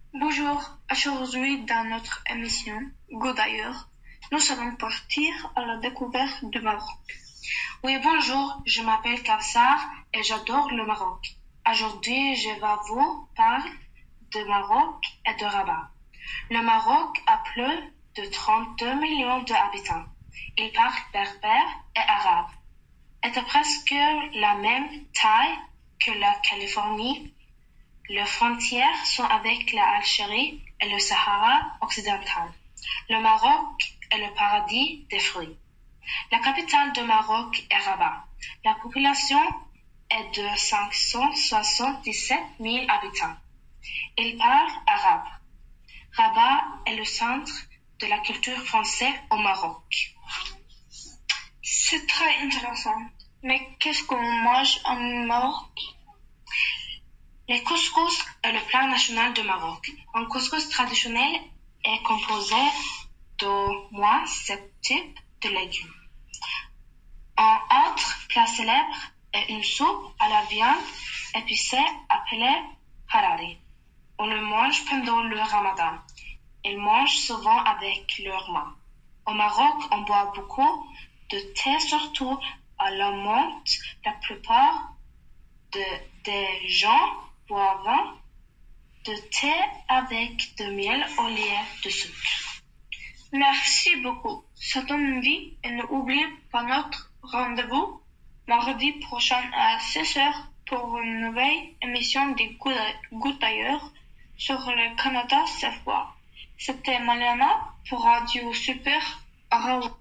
Bonjour, aujourd'hui dans notre émission Go d'ailleurs, nous allons partir à la découverte du Maroc. Oui, bonjour, je m'appelle Kawsar et j'adore le Maroc. Aujourd'hui, je vais vous parler de Maroc et de Rabat. Le Maroc a plus de 32 millions d'habitants. Il parle berbère et arabe. C'est presque la même taille que la Californie. Les frontières sont avec l'Algérie et le Sahara occidental. Le Maroc est le paradis des fruits. La capitale du Maroc est Rabat. La population est de 577 000 habitants. Ils parlent arabe. Rabat est le centre de la culture française au Maroc. C'est très intéressant. Mais qu'est-ce qu'on mange en Maroc? Le couscous est le plat national du Maroc. Un couscous traditionnel est composé d'au moins 7 types de légumes. Un autre plat célèbre est une soupe à la viande épicée appelée harari. On le mange pendant le ramadan. Ils mangent souvent avec leurs mains. Au Maroc, on boit beaucoup de thé, surtout à la menthe. La plupart des gens boivent de thé avec de miel au lieu de sucre. Merci beaucoup. Ça donne envie et n'oubliez pas notre rendez-vous mardi prochain à 16h pour une nouvelle émission des Go d'ailleurs sur le Canada cette fois. C'était Mariana pour Radio Super. Au revoir.